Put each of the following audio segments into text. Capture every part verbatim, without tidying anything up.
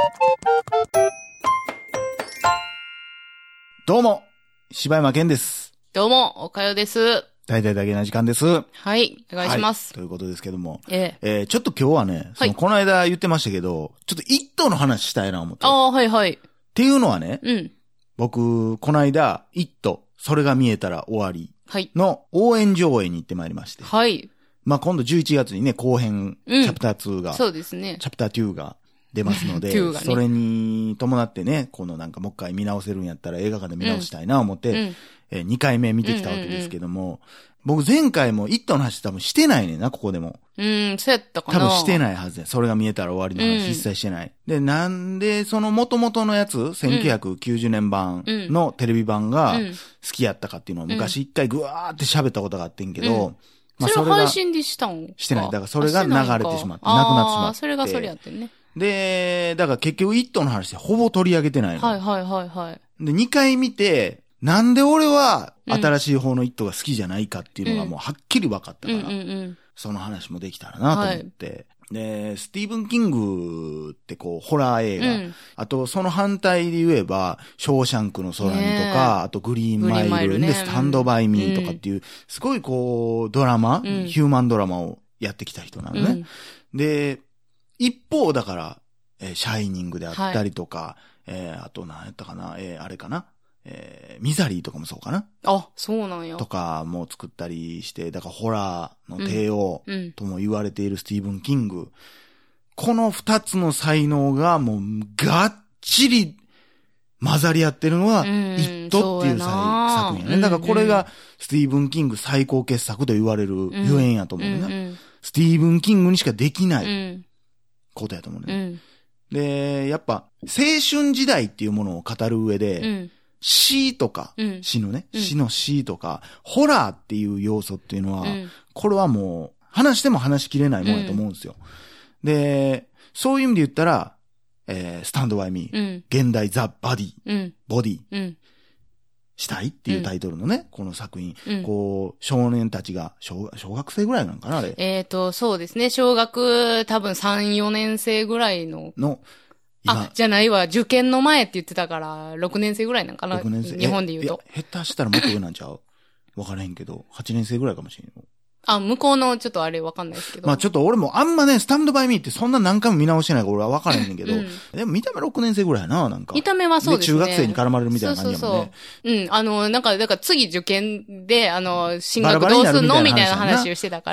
どうも、柴山健です。 どうも、おかよです。 大々だけな時間です。 はい、お願いします。 はい、ということですけども。 ええー、ちょっと今日はね、その、この間言ってましたけど、ちょっと一頭の話したいな思って。 ああ、はいはい。 っていうのはね、 うん。 僕、この間、一頭、それが見えたら終わりの応援上映に行ってまいりまして。 はい。 まあ、今度じゅういちがつにね、後編、うん、チャプターツーが。 そうですね。 チャプターツーが出ますので、ね、それに伴ってね、このなんかもう一回見直せるんやったら映画館で見直したいな思って、うんうんえー、にかいめ見てきたわけですけども、うんうんうん、僕前回も一頭の話多分してないねんな、ここでも。 うん、そうやったかな。 多分してないはずや。それが見えたら終わりの話、一切してない。うん、で、なんで、その元々のやつ、せんきゅうひゃくきゅうじゅうねん版のテレビ版が好きやったかっていうのを昔一回ぐわーって喋ったことがあってんけど、うんまあ、それは配信でしたんかしてない。だからそれが流れてしまって、なくなってしまって。 ああ、それがそれやってね。 で、だから結局一頭の話でほぼ取り上げてないの。 はいはいはいはい。 で、にかい見て、なんで俺は新しい方の一頭が好きじゃないかっていうのがもうはっきり分かったから、うんうんうん、その話もできたらなと思って。はいで、スティーブン・キングってこう、ホラー映画。うん、あと、その反対で言えば、ショーシャンクの空にとか、あとグリーンマイルで、ね、スタンドバイミーとかっていう、すごいこう、ドラマ、うん、ヒューマンドラマをやってきた人なのね。うん、で、一方だから、えー、シャイニングであったりとか、はい、えー、あと何やったかな、えー、あれかな。えー、ミザリーとかもそうかな。 あ、そうなんや。 とかも作ったりして、だからホラーの帝王とも言われているスティーブン・キング。うんうん、この二つの才能がもうがっちり混ざり合ってるのが、イットっていう作品やね。だからこれがスティーブン・キング最高傑作と言われるゆえんやと思うね、うんうんうん。スティーブン・キングにしかできないことやと思うね。うん、で、やっぱ青春時代っていうものを語る上で、うん死とか、うん、死のね、うん、死の死とか、ホラーっていう要素っていうのは、うん、これはもう、話しても話しきれないもんやと思うんですよ。うん、で、そういう意味で言ったら、えー、スタンドバイミー、うん、現代ザ・バディ、うん、ボディ、うん、したいっていうタイトルのね、うん、この作品、うん、こう、少年たちが、小、小学生ぐらいなのかな、あれ。 えっと、そうですね、小学多分さん、よねん生ぐらいの。 の、 あ、じゃないわ。受験の前って言ってたから、ろくねん生ぐらいなんかな。ろくねん生。日本で言うと。 下手したらもっと上なんちゃうわからへんけど、はちねん生ぐらいかもしれんよ。 あ、向こうのちょっとあれわかんないですけど。 まあちょっと俺もあんまね、スタンドバイミーってそんな何回も見直してないから俺はわからへんねんけど、うん、でも見た目ろくねん生ぐらいやな、なんか。 見た目はそうですね。 で、中学生に絡まれるみたいな感じやもんね。そうそうそう。うん、あの、なんか、だから次受験で、あの、進学どうすんのみたいな話をしてたから、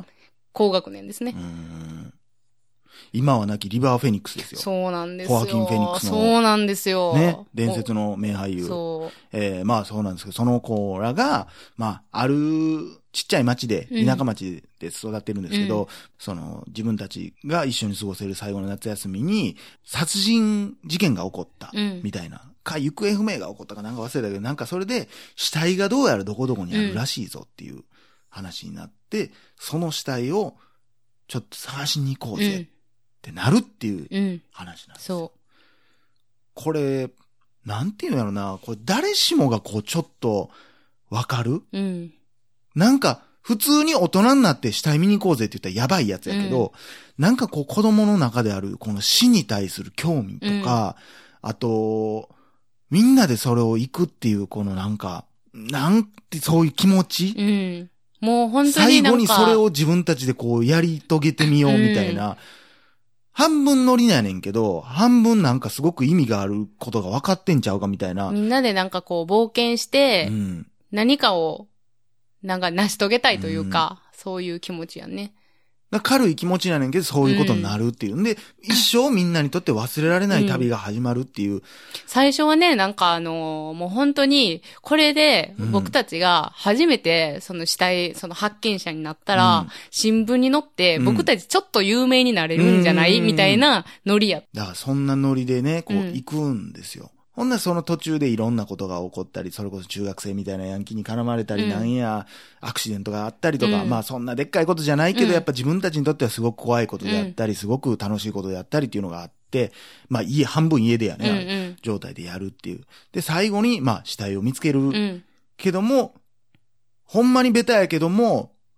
高学年ですね。うん今は亡きリバー・フェニックスですよ。 そうなんですよ。 ホアキン・フェニックスの。 そうなんですよ。 ね。伝説の名俳優。そう。えー、まあそうなんですけど、その子らが、まあ、あるちっちゃい町で、田舎町で育ってるんですけど、うん、その、自分たちが一緒に過ごせる最後の夏休みに、殺人事件が起こった、みたいな。うん、か、行方不明が起こったかなんか忘れたけど、なんかそれで、死体がどうやらどこどこにあるらしいぞっていう話になって、うん、その死体を、ちょっと探しに行こうぜ。うんってなるっていう話なんですよ。うん、そう。これ、なんていうんやろな、これ誰しもがこうちょっとわかる、うん、なんか普通に大人になって死体見に行こうぜって言ったらやばいやつやけど、うん、なんかこう子供の中であるこの死に対する興味とか、うん、あと、みんなでそれを行くっていうこのなんか、なんてそういう気持ち、 うん、もう本当に最後にそれを自分たちでこうやり遂げてみようみたいな、うん半分ノリなんやねんけど、半分なんかすごく意味があることが分かってんちゃうかみたいな。 みんなでなんかこう冒険して、うん、何かをなんか成し遂げたいというか、うん、そういう気持ちやね。 軽い気持ちやねんけど、そういうことになるっていうんで、うん、一生みんなにとって忘れられない旅が始まるっていう。うん、 最初はね、なんかあのー、もう本当に、これで僕たちが初めてその死体、その発見者になったら、うん、新聞に載って僕たちちょっと有名になれるんじゃない、うん、みたいなノリや。 だからそんなノリでね、こう行くんですよ。ほんならその途中でいろんなことが起こったり、それこそ中学生みたいなヤンキーに絡まれたり、うん、なんや、アクシデントがあったりとか、うん、まあそんなでっかいことじゃないけど、うん、やっぱ自分たちにとってはすごく怖いことであったり、うん、すごく楽しいことであったりっていうのがあって、まあ家、半分家でやね、うんうん、状態でやるっていう。で、最後に、まあ死体を見つける。うん、けども、ほんまにベタやけども、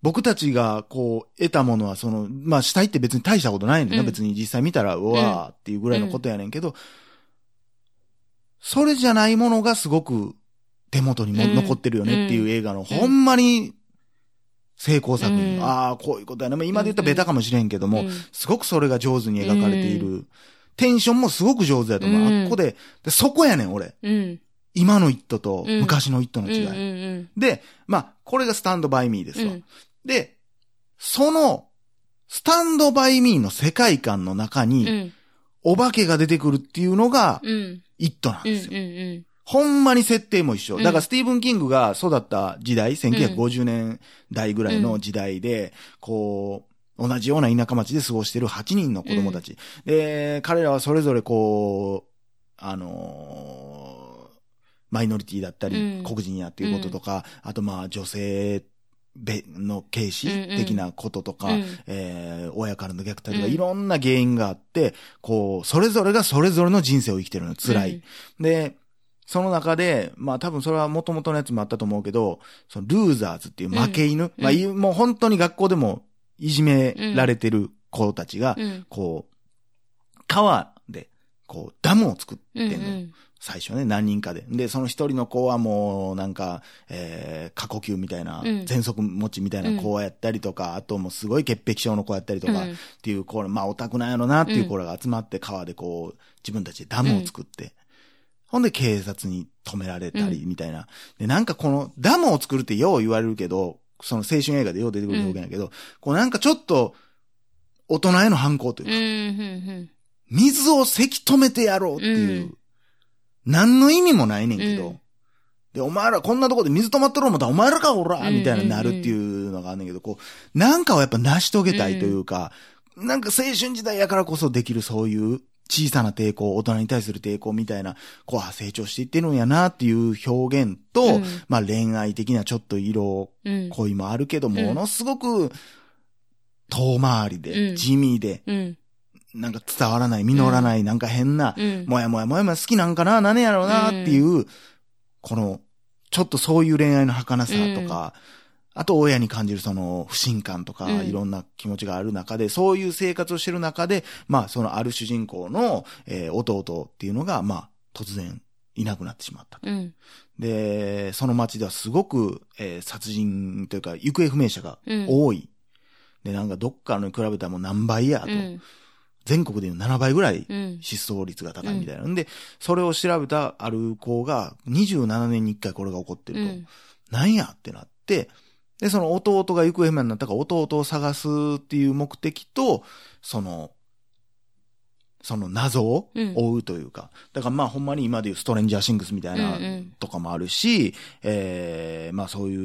僕たちがこう得たものはその、まあ死体って別に大したことないんだよ、うん、別に実際見たらうわーっていうぐらいのことやねんけど、うん、それじゃないものがすごく手元にも残ってるよねっていう映画の、うん、ほんまに成功作品、うん、ああこういうことやね、まあ、今で言ったらベタかもしれんけども、うん、すごくそれが上手に描かれている、うん、テンションもすごく上手やと思う、うん、あっこで、でそこやねん俺、うん、今のイットと昔のイットの違い、うん、でまあこれがスタンドバイミーですわ、うんで、その、スタンドバイミーの世界観の中に、うん、お化けが出てくるっていうのが、うん、イットなんですよ、うんうんうん。ほんまに設定も一緒。だからスティーブン・キングが育った時代、せんきゅうひゃくごじゅうねんだいぐらいの時代で、うん、こう、同じような田舎町で過ごしているはちにんの子供たち。うん、で、彼らはそれぞれこう、あのー、マイノリティだったり、うん、黒人やっていうこととか、うん、あとまあ女性、の軽視的なこととか、うんうんえー、親からの虐待とか、いろんな原因があって、こう、それぞれがそれぞれの人生を生きてるの、辛い。うん、で、その中で、まあ多分それは元々のやつもあったと思うけど、そのルーザーズっていう負け犬、うん、まあもう本当に学校でもいじめられてる子たちが、こう、川で、こう、ダムを作ってんの。うんうん最初ね、何人かで。で、その一人の子はもう、なんか、えー、過呼吸みたいな、うん、喘息持ちみたいな子やったりとか、うん、あともうすごい潔癖症の子やったりとか、うん、っていう子、まあオタクなんやろなっていう子らが集まって川でこう、自分たちでダムを作って、うん、ほんで警察に止められたりみたいな。で、なんかこのダムを作るってよう言われるけど、その青春映画でよう出てくる表現やけど、うん、こうなんかちょっと、大人への反抗というか、うんうんうん、水をせき止めてやろうっていう、うん何の意味もないねんけど、うん、で、お前らこんなとこで水止まっとろ思ったらお前らかおらみたいななるっていうのがあんねんけど、こう、なんかをやっぱ成し遂げたいというか、うん、なんか青春時代やからこそできるそういう小さな抵抗、大人に対する抵抗みたいな、こう、成長していってるんやなっていう表現と、うん、まあ恋愛的なちょっと色恋もあるけど、うん、ものすごく遠回りで、地味で、うんなんか伝わらない、実らない、うん、なんか変な、うん、もやもやもやもや好きなんかな、何やろうなっていう、うん、この、ちょっとそういう恋愛の儚さとか、うん、あと親に感じるその不信感とか、うん、いろんな気持ちがある中で、そういう生活をしてる中で、まあそのある主人公の、えー、弟っていうのが、まあ突然いなくなってしまったと。うん、で、その町ではすごく、えー、殺人というか行方不明者が多い。うん、で、なんかどっかのに比べたらもう何倍やと。うん全国でいうななばいぐらい失踪率が高いみたいな。うん、で、それを調べたある子がにじゅうななねんにいっかいこれが起こってると。うん、なんやってなって、で、その弟が行方不明になったから弟を探すっていう目的と、その、その謎を追うというか。うん、だからまあほんまに今でいうストレンジャーシングスみたいなとかもあるし、うんうん、えー、まあそういう、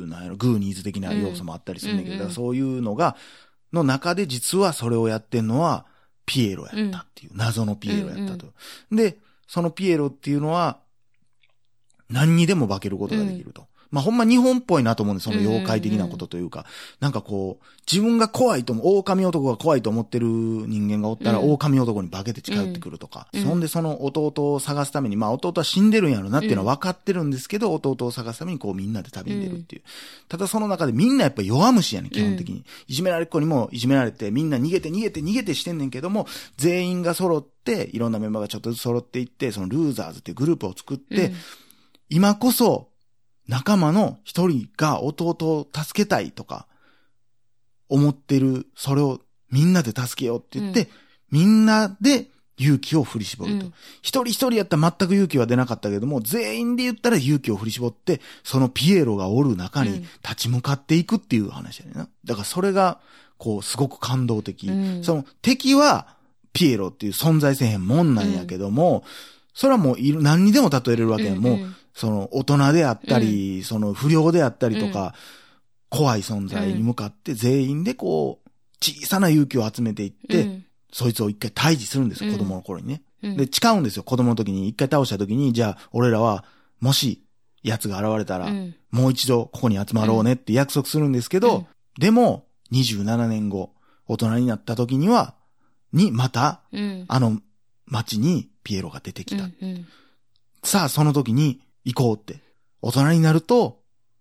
なんやろ、グーニーズ的な要素もあったりするんだけど、うんうん、だからそういうのが、の中で実はそれをやってんのはピエロやったっていう、うん、謎のピエロやったと、うんうん。で、そのピエロっていうのは何にでも化けることができると。うん、まあほんま日本っぽいなと思うんです、その妖怪的なことというか。うんうんうん、なんかこう、自分が怖いと思う、狼男が怖いと思ってる人間がおったら、うん、狼男に化けて近寄ってくるとか。うん、そんでその弟を探すために、まあ弟は死んでるんやろなっていうのは分かってるんですけど、うん、弟を探すためにこうみんなで旅に出るっていう。うん、ただその中でみんなやっぱ弱虫やねん、基本的に。うん、いじめられっ子にもいじめられて、みんな逃げて逃げて逃げてしてんねんけども、全員が揃って、いろんなメンバーがちょっとずつ揃っていって、そのルーザーズっていうグループを作って、うん、今こそ、仲間の一人が弟を助けたいとか思ってる、それをみんなで助けようって言って、うん、みんなで勇気を振り絞ると。うん、一人一人やったら全く勇気は出なかったけども、全員で言ったら勇気を振り絞って、そのピエロがおる中に立ち向かっていくっていう話やねんな。だからそれが、こう、すごく感動的。うん、その敵はピエロっていう存在せへんもんなんやけども、うん、それはもう何にでも例えれるわけや、うんうん、もう、その大人であったり、うん、その不良であったりとか、うん、怖い存在に向かって全員でこう、小さな勇気を集めていって、うん、そいつを一回退治するんですよ、うん、子供の頃にね。うん、で、誓うんですよ、子供の時に。一回倒した時に、じゃあ、俺らは、もし、奴が現れたら、うん、もう一度ここに集まろうねって約束するんですけど、うん、でも、にじゅうななねんご、大人になった時には、に、また、うん、あの街にピエロが出てきた。うんうん、さあ、その時に、行こうって。大人になると、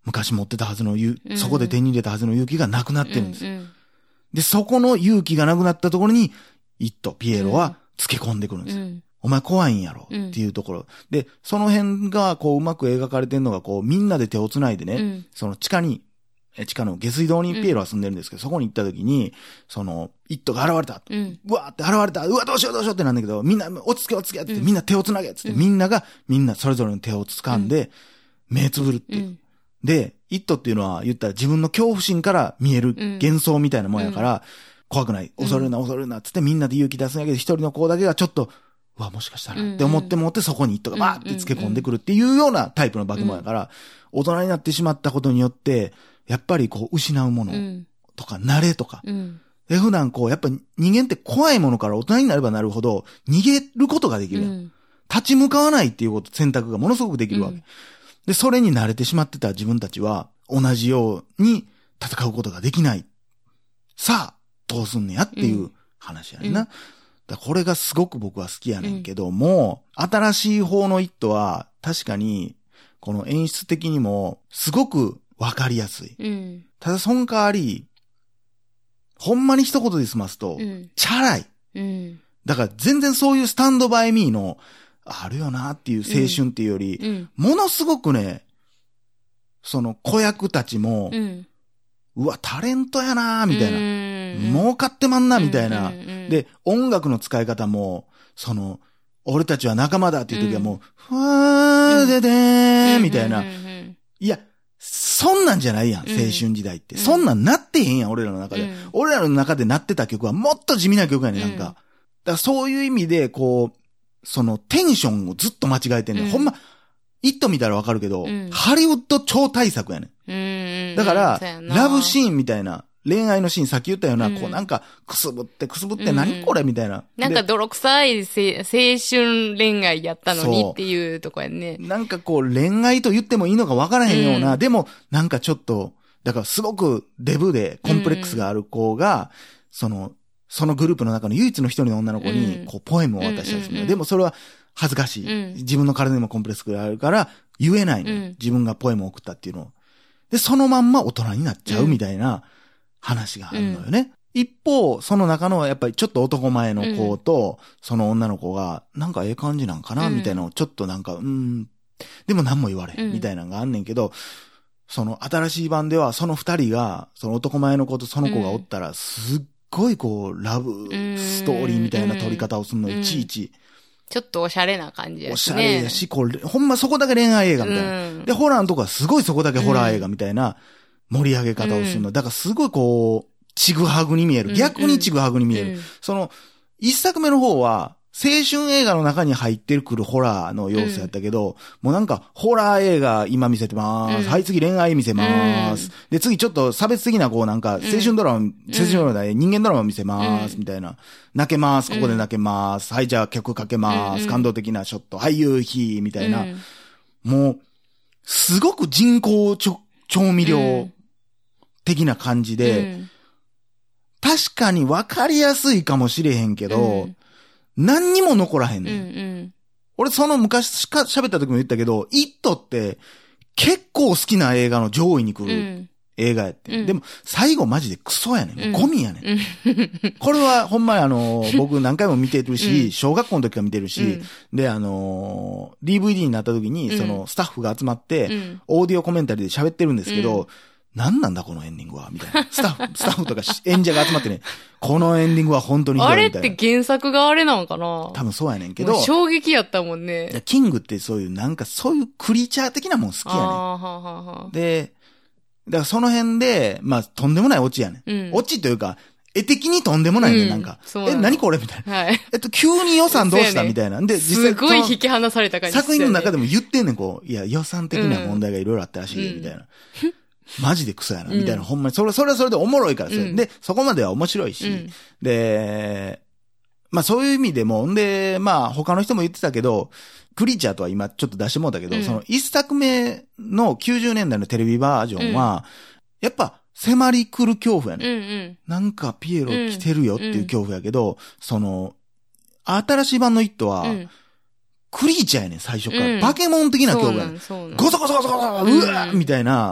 昔持ってたはずの勇、そこで手に入れたはずの勇気がなくなってるんです。 うんうん、 で、そこの勇気がなくなったところに、イット、ピエロはつけ込んでくるんです。うん、お前怖いんやろっていうところ。うん、で、その辺がこううまく描かれてるのがこうみんなで手を繋いでね、うん、その地下に、地下の下水道にピエロは住んでるんですけど、うん、そこに行った時に、その、イットが現れた。うん、うわーって現れた。うわ、どうしようどうしようってなんだけど、みんな落ち着け落ち着けって、うん、みんな手を繋げって、うん、みんながみんなそれぞれの手を掴んで、目つぶるっていう。うん、で、イットっていうのは言ったら自分の恐怖心から見える幻想みたいなもんやから、うん、怖くない。恐れるな、恐れるな、つってみんなで勇気出すんやけど、一人の子だけがちょっと、うわ、もしかしたらって思ってもって、そこにイットがバーってつけ込んでくるっていうようなタイプの化け物やから、大人になってしまったことによって、やっぱりこう、失うものとか、慣れとか、で普段こう、やっぱ人間って怖いものから大人になればなるほど、逃げることができるやん。立ち向かわないっていうこと、選択がものすごくできるわけ。で、それに慣れてしまってた自分たちは、同じように戦うことができない。さあ、どうすんねやっていう話やねんな。うん、だこれがすごく僕は好きやねんけども、うん、新しい方のイットは確かにこの演出的にもすごくわかりやすい。うん、ただその代わり、ほんまに一言で済ますと、うん、チャラい、うん。だから全然そういうスタンドバイミーのあるよなっていう青春っていうより、うん、ものすごくね、その子役たちも、うん、うわ、タレントやなみたいな。儲かってまんなみたいな、うんうんうん。で、音楽の使い方も、その、俺たちは仲間だっていう時はもう、ふ、うん、わーででーみたいな、うんうんうん。いや、そんなんじゃないやん、青春時代って。うん、そんなんなってへんやん、俺らの中で、うん。俺らの中でなってた曲はもっと地味な曲やねん、なんか。うん、だからそういう意味で、こう、そのテンションをずっと間違えてんねん。うん、ほんま、イット見たらわかるけど、うん、ハリウッド超大作やねん。うん、だから、ラブシーンみたいな、恋愛のシーン、さっき言ったような、うん、こうなんか、くすぶってくすぶって何これみたいな。 なんか泥臭い青春恋愛やったのにっていうとこやね。 なんかこう恋愛と言ってもいいのか分からへんような、うん、でもなんかちょっと、だからすごくデブでコンプレックスがある子が、うん、その、そのグループの中の唯一の一人の女の子に、こうポエムを渡したりする、うんうんうん。でもそれは恥ずかしい。うん、自分の体にもコンプレックスがあるから言えないの、うん。自分がポエムを送ったっていうのを。で、そのまんま大人になっちゃうみたいな、うん話があるのよね、うん。一方、その中のやっぱりちょっと男前の子と、その女の子が、なんかええ感じなんかな、うん、みたいなのをちょっとなんか、うーん、でも何も言われへん、みたいなのがあんねんけど、その新しい版ではその二人が、その男前の子とその子がおったら、すっごいこう、ラブストーリーみたいな撮り方をするの、いちいち。 ちょっとおしゃれな感じやしね。 おしゃれやし、こう、ほんまそこだけ恋愛映画みたいな。うん、で、ホラーのとこはすごいそこだけホラー映画みたいな、うん盛り上げ方をするの。だからすごいこう、ちぐはぐに見える。逆にちぐはぐに見える。うんうん、その、一作目の方は、青春映画の中に入ってくるホラーの要素やったけど、うん、もうなんか、ホラー映画今見せてまーす。うん、はい、次恋愛見せまーす、うん。で、次ちょっと差別的なこうなんか、青春ドラマ、うん、青春ドラマで人間ドラマ見せまーす。みたいな。泣けまーす。ここで泣けまーす。はい、じゃあ曲かけまーす。感動的なショット。はい、夕日。みたいな。もう、すごく人工調味料、的な感じで、うん、確かに分かりやすいかもしれへんけど、うん、何にも残らへんねん。うんうん、俺その昔か喋った時も言ったけど、イットって結構好きな映画の上位に来る映画やって。うん、でも最後マジでクソやねん。ゴミやねん。うん、これはほんまにあの、僕何回も見てるし、うん、小学校の時から見てるし、うん、であの、ディーブイディー になった時に、そのスタッフが集まって、うん、オーディオコメンタリーで喋ってるんですけど、うん何なんだこのエンディングはみたいな。スタッフ、スタッフとか演者が集まってね、このエンディングは本当にひどいみたいな。 あれって原作があれなのかな多分そうやねんけど。 衝撃やったもんね。 キングってそういうなんかそういうクリーチャー的なもん好きやねん。あはははで、だからその辺で、まあとんでもないオチやねん。うん、オチというか、絵的にとんでもないね、うん、なんか。え、何これみたいな。はい。えっと、急に予算どうした、ね、みたいな。で、実際。 すごい引き離された感じ、ね。 作品の中でも言ってんねん、こう。いや、予算的な問題がいろいろあったらしい、うん、みたいな。マジでクソやな、みたいな、うん、ほんまに。それ、それはそれでおもろいから、うん、で、そこまでは面白いし、うん、で、まあそういう意味でも、んで、まあ他の人も言ってたけど、クリーチャーとは今ちょっと出してもうたけど、うん、その一作目のきゅうじゅうねんだいのテレビバージョンは、うん、やっぱ迫り来る恐怖やね、うんうん。なんかピエロ来てるよっていう恐怖やけど、うん、その、新しい版のイットは、うんクリーチャーやねん、最初から。うん、化け物的な恐怖やねん。ゴソゴソゴソゴソうわーみたいな、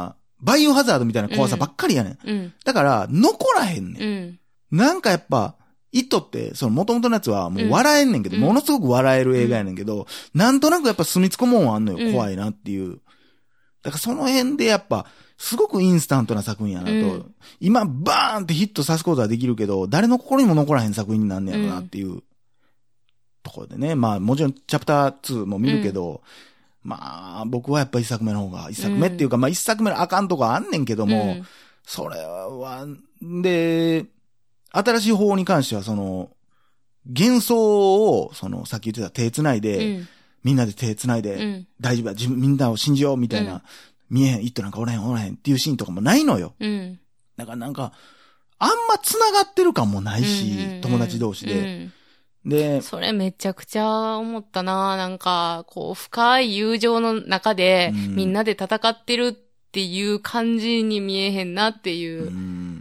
バイオハザードみたいな怖さばっかりやねん。 うん、 だから、残らへんねん。うん、なんかやっぱ、イットって、その元々のやつはもう笑えんねんけど、うん、ものすごく笑える映画やねんけど、うん、なんとなくやっぱ住み着くもんはあんのよ、怖いなっていう。だからその辺でやっぱ、すごくインスタントな作品やなと。うん、今、バーンってヒットさすことはできるけど、誰の心にも残らへん作品になんねやろなっていう、うん、ところでね。まあもちろんチャプターツーも見るけど、うん、まあ僕はやっぱ一作目の方が、一作目っていうか、うん、まあ一作目のあかんとこあんねんけども、うん、それは、で、新しい方に関してはその、幻想を、その、さっき言ってた手繋いで、うん、みんなで手繋いで、うん、大丈夫だ、自分、みんなを信じよう、みたいな、うん、見えへん、イットなんかおらへん、おらへんっていうシーンとかもないのよ。うん、だからなんか、あんま繋がってる感もないし、うんうんうん、友達同士で、うん。で、 それめちゃくちゃ思ったな。なんか、こう、深い友情の中で、うん、みんなで戦ってるっていう感じに見えへんなっていう。うん、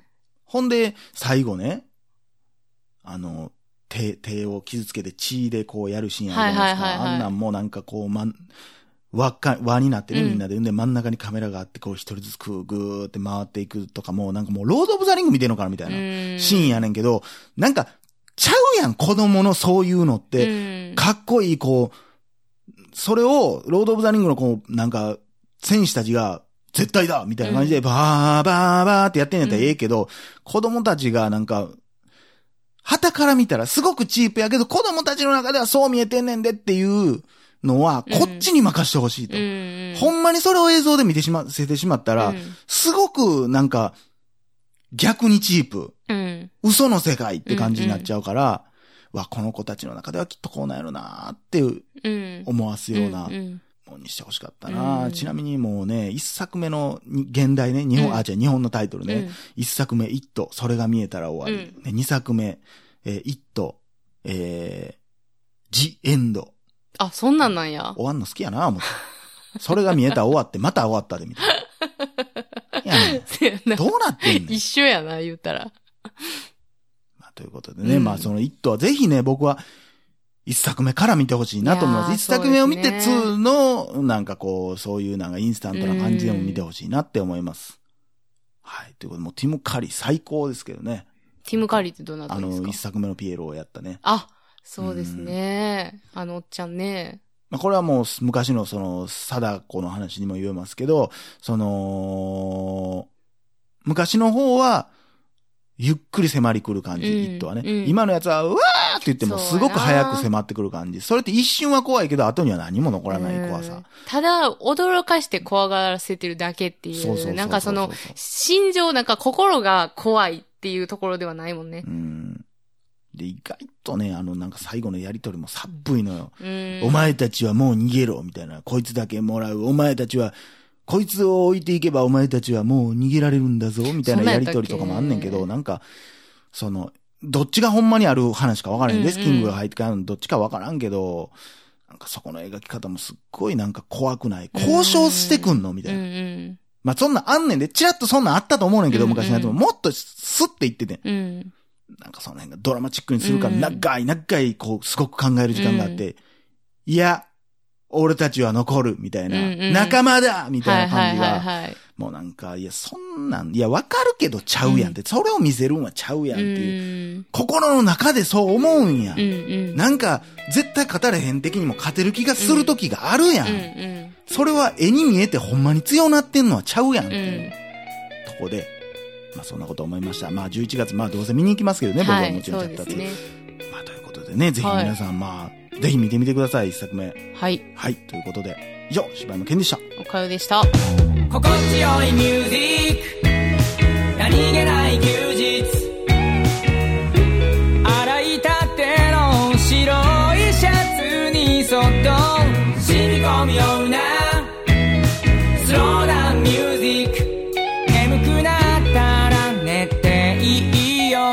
ほんで、最後ね、あの、手、手を傷つけて血でこうやるシーンあるじゃないですか。はいはいはいはい、あんなんもなんかこう、まん、輪っか、輪になってね、みんなで。うん、で、真ん中にカメラがあって、こう一人ずつぐーって回っていくとかも、なんかもう、ロード・オブ・ザ・リング見てんのかなみたいなシーンやねんけど、なんか、ちゃうやん、子供のそういうのって。かっこいい、こう、それを、ロード・オブ・ザ・リングのこう、なんか、戦士たちが、絶対だみたいな感じで、バーバーバーってやってんやったらええけど、うん、子供たちがなんか、旗から見たらすごくチープやけど、子供たちの中ではそう見えてんねんでっていうのは、こっちに任してほしいと、うん。ほんまにそれを映像で見てしま、せてしまったら、うん、すごくなんか、逆にチープ、うん。嘘の世界って感じになっちゃうから、うんうん、わ、この子たちの中ではきっとこうなんやろなーっていう思わすような、うんうんものにしてほしかったな、うん、ちなみにもうね、一作目の現代ね、日本、うん、あ、じゃ日本のタイトルね、うん、一作目、イット、それが見えたら終わり。うん、ね、二作目、えー、イット、えー、ジ・エンド。 あ、そんなんなんや。 終わんの好きやな、思って。それが見えたら終わって、また終わったで、みたいな。いや、ね、どうなってんの一緒やな、言うたら。 まあ、ということでね、うん、まあそのイットはぜひね、僕は、一作目から見てほしいなと思います。一作目を見てツーの、なんかこう、そういうなんかインスタントな感じでも見てほしいなって思います。はい。ということで、もうティム・カリー最高ですけどね。 ティム・カリーってどなたですか？ あの、一作目のピエロをやったね。 あ、そうですね。あのおっちゃんね。 まあ、これはもう昔のその、貞子の話にも言えますけど、その、昔の方は、ゆっくり迫り来る感じ、うん、イットはね、うん。今のやつは、うわーって言ってもすごく早く迫ってくる感じ。それって一瞬は怖いけど、後には何も残らない怖さ。 ただ、驚かして怖がらせてるだけっていう。そうそうそうそう。なんかその、心情、なんか心が怖いっていうところではないもんね。うん。 で、意外とね、あの、なんか最後のやりとりも寒いのよ。うん。お前たちはもう逃げろ、みたいな。こいつだけもらう。お前たちは、こいつを置いていけばお前たちはもう逃げられるんだぞ、みたいなやりとりとかもあんねんけど、なんか、その、どっちがほんまにある話か分からへん。レスキングが入ってからのどっちか分からんけど、なんかそこの描き方もすっごいなんか怖くない。交渉してくんのみたいな。うんうん、まあそんなんあんねんで、チラッとそんなんあったと思うねんけど、うんうん、昔のやつももっとスッて言ってて、うん。なんかその辺がドラマチックにするから、長い長い、こう、すごく考える時間があって、うん、いや、俺たちは残る、みたいな。うんうん、仲間だみたいな感じが、はいはいはいはい。もうなんか、いや、そんなん、いや、わかるけどちゃうやんって、うん、それを見せるんはちゃうやんっていう、うん。心の中でそう思うんや。うんうん、なんか、絶対勝たれへん敵にも勝てる気がする時があるやん。うんうん、それは絵に見えてほんまに強なってんのはちゃうやんっていう、うん、とこで、まあそんなこと思いました。まあじゅういちがつ、まあどうせ見に行きますけどね、僕はもちろんやったって。はい、まあということでね、ぜひ皆さん、はい、まあ、ぜひ見てみてください、一作目。 はい。 はい。ということで、以上、柴山健でした。 おかよでした。 心地よいミュージック。何気ない休日。洗いたての白いシャツにそっと染み込むようなスローダウンミュージック。眠くなったら寝ていいよ。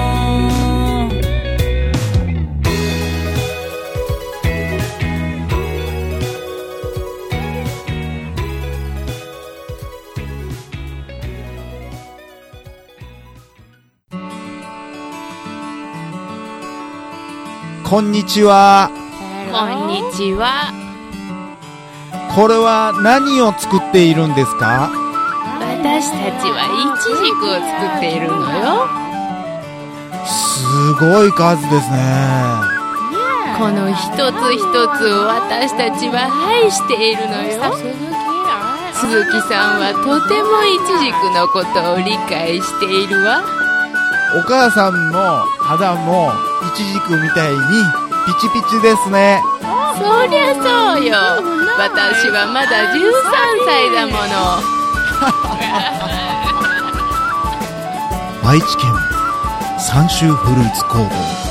こんにちは。 こんにちは。 これは何を作っているんですか？ 私私たちはイチジクを作っているのよ。 すごい数ですね。 この一つ一つを私たちは愛しているのよ。鈴木さんはとてもイチジクのことを理解しているわ。 お母さんの肌もイチジクみたいにピチピチですね。 そりゃそうよ。私はまだじゅうさんさいだもの。 愛知県三州フルーツ工房